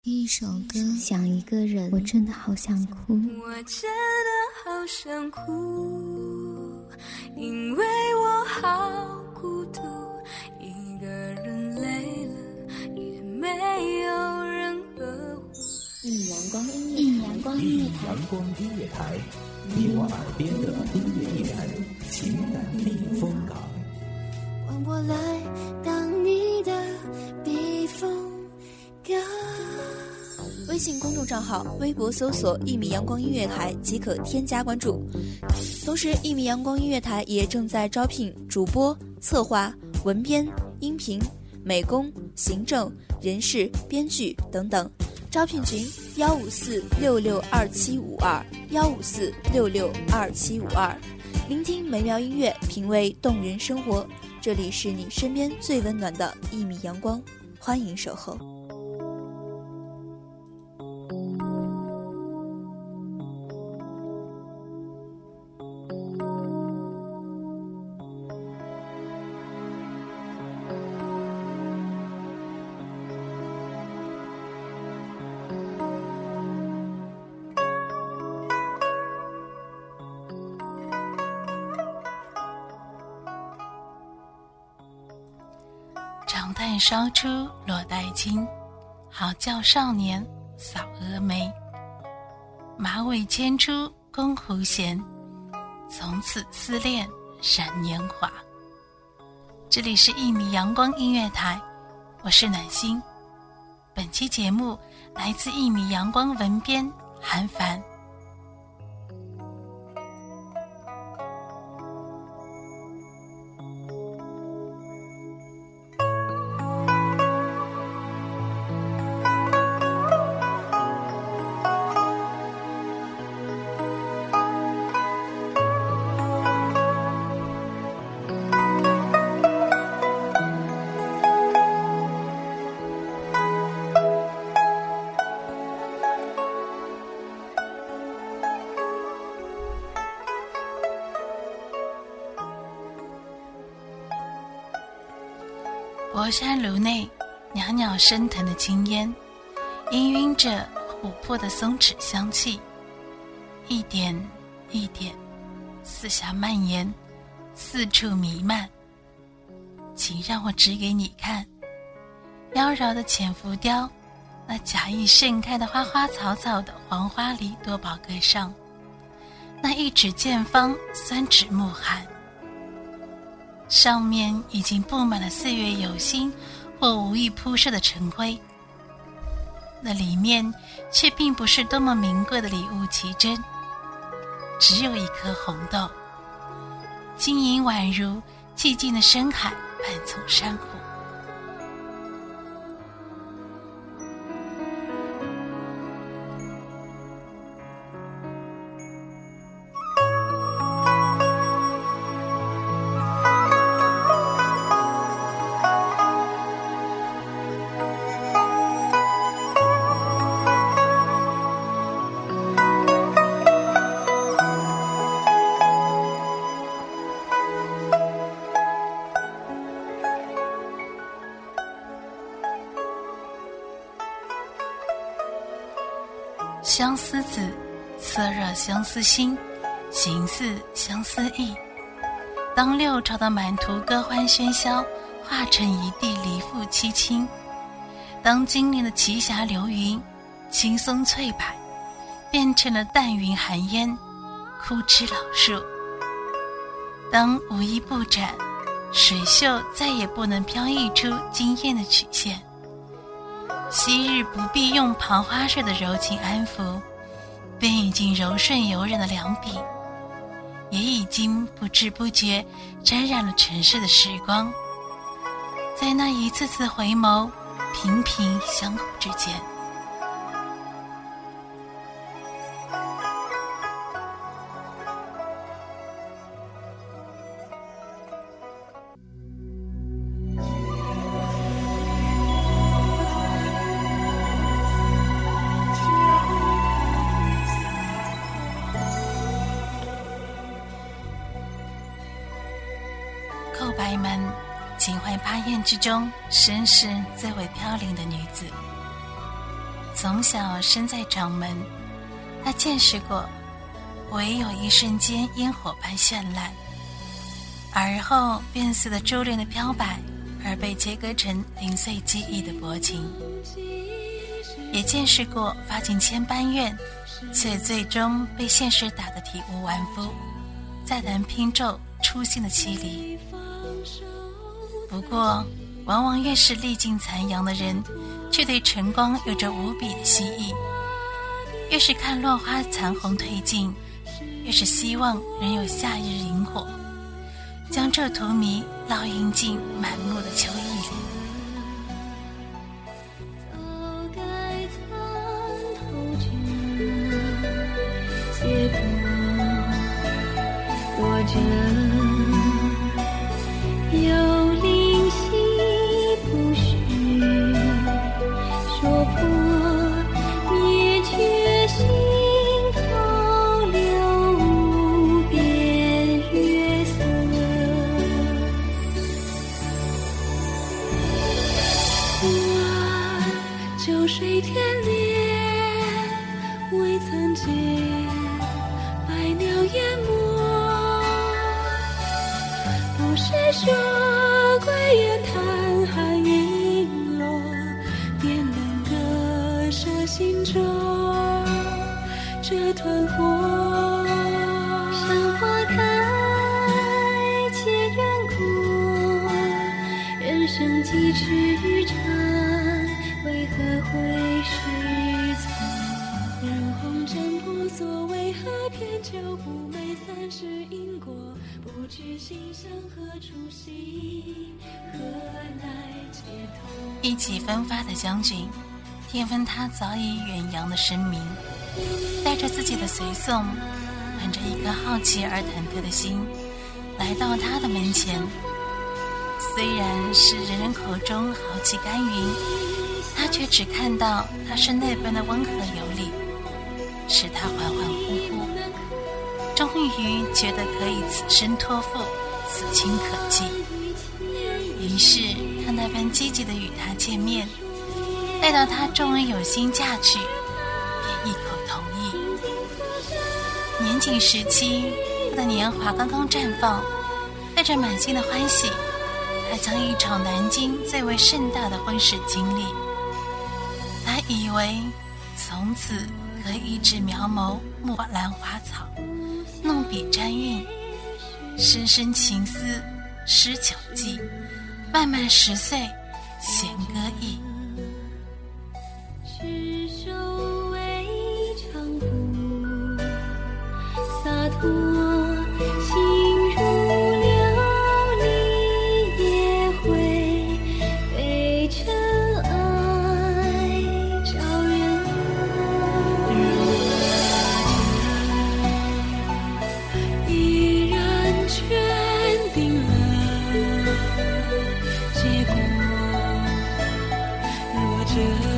一首歌，想一个人，我真的好想哭。 我真的好想哭，因为我好孤独，一个人累了，也没有人呵护。 一米阳光音乐台， 你我耳边的音乐驿站，情感避风港。 换我来当你的避风港。 微信公众账号、微博搜索“一米阳光音乐台”即可添加关注。同时，一米阳光音乐台也正在招聘主播、策划、文编、音频、美工、行政、人事、编剧等等。招聘群154662752，154662752。聆听美妙音乐，品味动人生活。这里是你身边最温暖的一米阳光，欢迎守候。 长炭烧出落带金，好叫少年扫蛾眉。马尾牵出宫弧弦，从此思恋闪年华。这里是一米阳光音乐台，我是暖心。本期节目来自一米阳光文编韩凡。薄山炉内袅袅升腾的青烟，氤氲着琥珀的松脂香气，一点一点四下蔓延，四处弥漫。请让我指给你看，妖娆的浅浮雕，那假意盛开的花花草草的黄花梨多宝格上，那一指见方酸指目寒，上面已经布满了岁月有心或无意铺设的尘灰，那里面却并不是多么名贵的礼物奇珍，只有一颗红豆，晶莹宛如寂静的深海半丛珊瑚。相思子，色热相思心，形似相思意。当六朝的满途歌欢喧嚣化成一地离妇凄清，当今年的奇霞流云，青松翠柏变成了淡云寒烟，枯枝老树。当无衣不展，水袖再也不能飘逸出惊艳的曲线，昔日不必用旁花式的柔情安抚，便已经柔顺柔韧的两笔，也已经不知不觉沾染了尘世的时光，在那一次次回眸频频相顾之间。寇白门，秦淮八艳之中身世最为飘零的女子。 从小身在掌门，他见识过唯有一瞬间烟火般绚烂，而后变碎的珠帘的飘摆，而被切割成零碎记忆的薄情。也见识过发尽千般怨，却最终被现实打得体无完肤，再难拼凑初心的凄离。不过往往越是历尽残阳的人，却对晨光有着无比的希冀，越是看落花残红褪尽，越是希望仍有夏日萤火，将这荼蘼烙印进满目的秋意里。 结果落着有灵犀不许说破灭绝心头流无边月色，我就水天裂未曾见百鸟淹没，不是说归雁叹寒影落，便能割舍心中这团火。山花开且远过，人生几尺长，为何会失措？人红尘婆娑，为何偏就不美三世因果？不知心向何处兮，何来解脱？ 意气风发的将军，天分他早已远扬的声名，带着自己的随从，捧着一颗好奇而忐忑的心，来到他的门前。虽然是人人口中豪气干云，他却只看到他是那般的温和有礼，使他缓缓呼呼，终于觉得可以此生托付，此情可寄。于是他那般积极地与他见面，待到他终于有心嫁去，便一口同意。年仅17，他的年华刚刚绽放，带着满心的欢喜，他将一场南京最为盛大的婚事经历。他以为从此可以一直描摹木兰花草，弄笔沾韵，深深情思诗酒记，漫漫10岁弦歌意。 赤手为长布，洒脱心如琉璃，也会被尘埃照人。依然圈定了结果，若这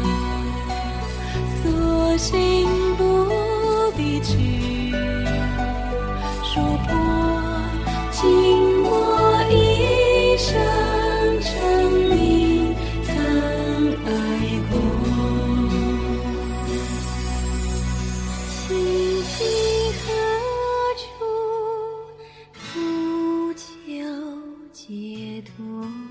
索性不必去说破，静默一生证明曾爱过。心境何处不求解脱？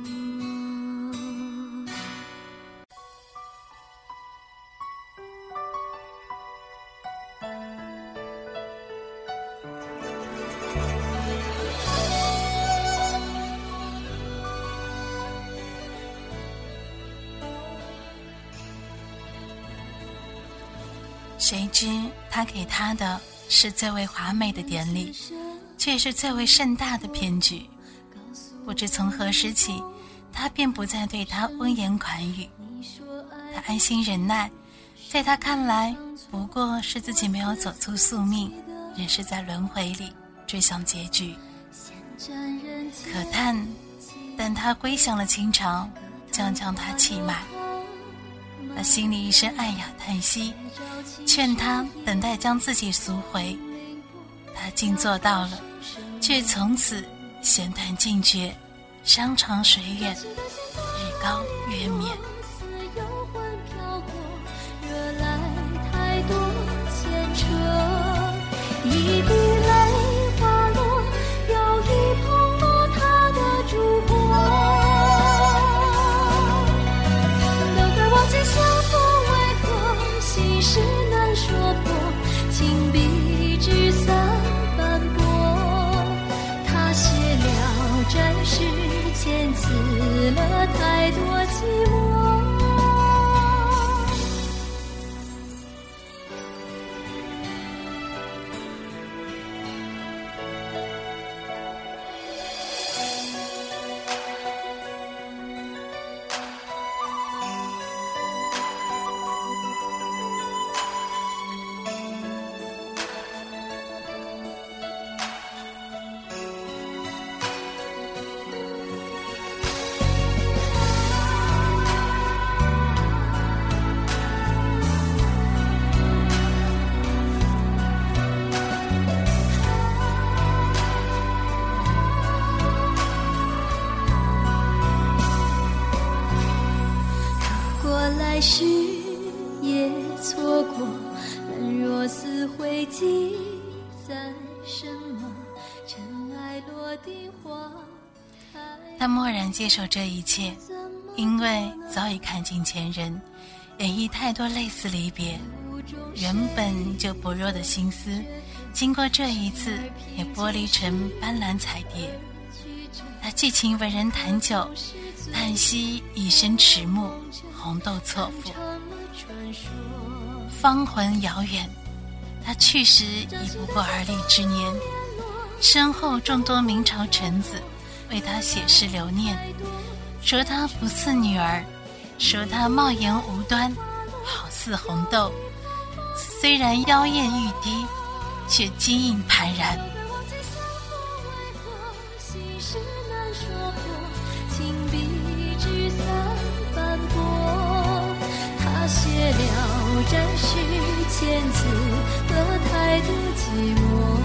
谁知他给他的是最为华美的典礼，却是最为盛大的骗局。不知从何时起，他便不再对他温言款语，他安心忍耐，在他看来不过是自己没有走出宿命，仍是在轮回里追向结局。可叹等他归降了清朝，将他气满，他心里一声暗哑叹息，劝他等待将自己赎回。他竟做到了，却从此弦断尽绝，山长水远，日高月冕。 会记载什么？尘埃落定花开。 他默然接受这一切，因为早已看尽前人演绎太多类似离别，原本就薄弱的心思，经过这一次也剥离成斑斓彩蝶。他寄情为人谈酒，叹息一生迟暮，红豆错付，芳魂遥远。他去时已不过而立之年，身后众多明朝臣子为他写诗留念，说他不似女儿，说他貌颜无端，好似红豆，虽然妖艳欲滴，却晶莹盘然。 他写了战世千字和太多寂寞，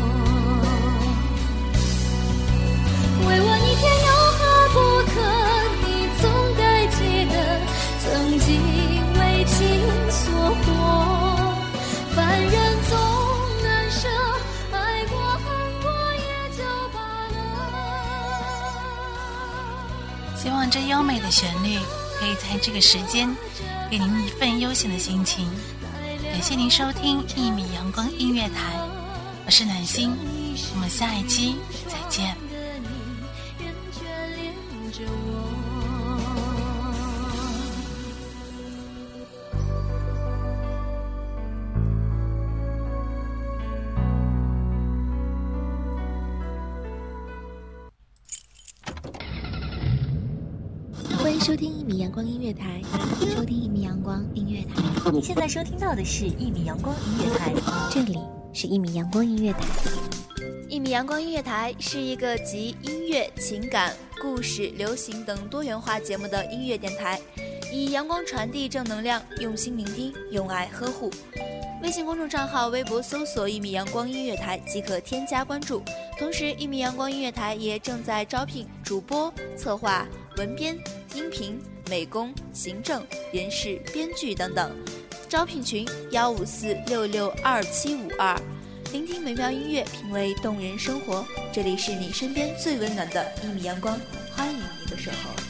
为我逆天有何不可？你总该记得曾经为情所惑，凡人总难舍，爱过恨过也就罢了。 希望这优美的旋律可以在这个时间给您一份悠闲的心情。感谢您收听1米阳光音乐台，我是暖心，我们下一期再见。 欢迎收听1米阳光音乐台， 收听1米阳光音乐台。 你现在收听到的是1米阳光音乐台， 这里是1米阳光音乐台。 1米阳光音乐台是一个集音乐、情感、故事、流行等多元化节目的音乐电台，以阳光传递正能量，用心聆听，用爱呵护。微信公众账号、微博搜索1米阳光音乐台即可添加关注。同时1米阳光音乐台也正在招聘主播、策划、文编、音频、美工、行政、人事、编剧等等。招聘群154662752。聆听美妙音乐，品味动人生活。这里是你身边最温暖的1米阳光，欢迎你的守候。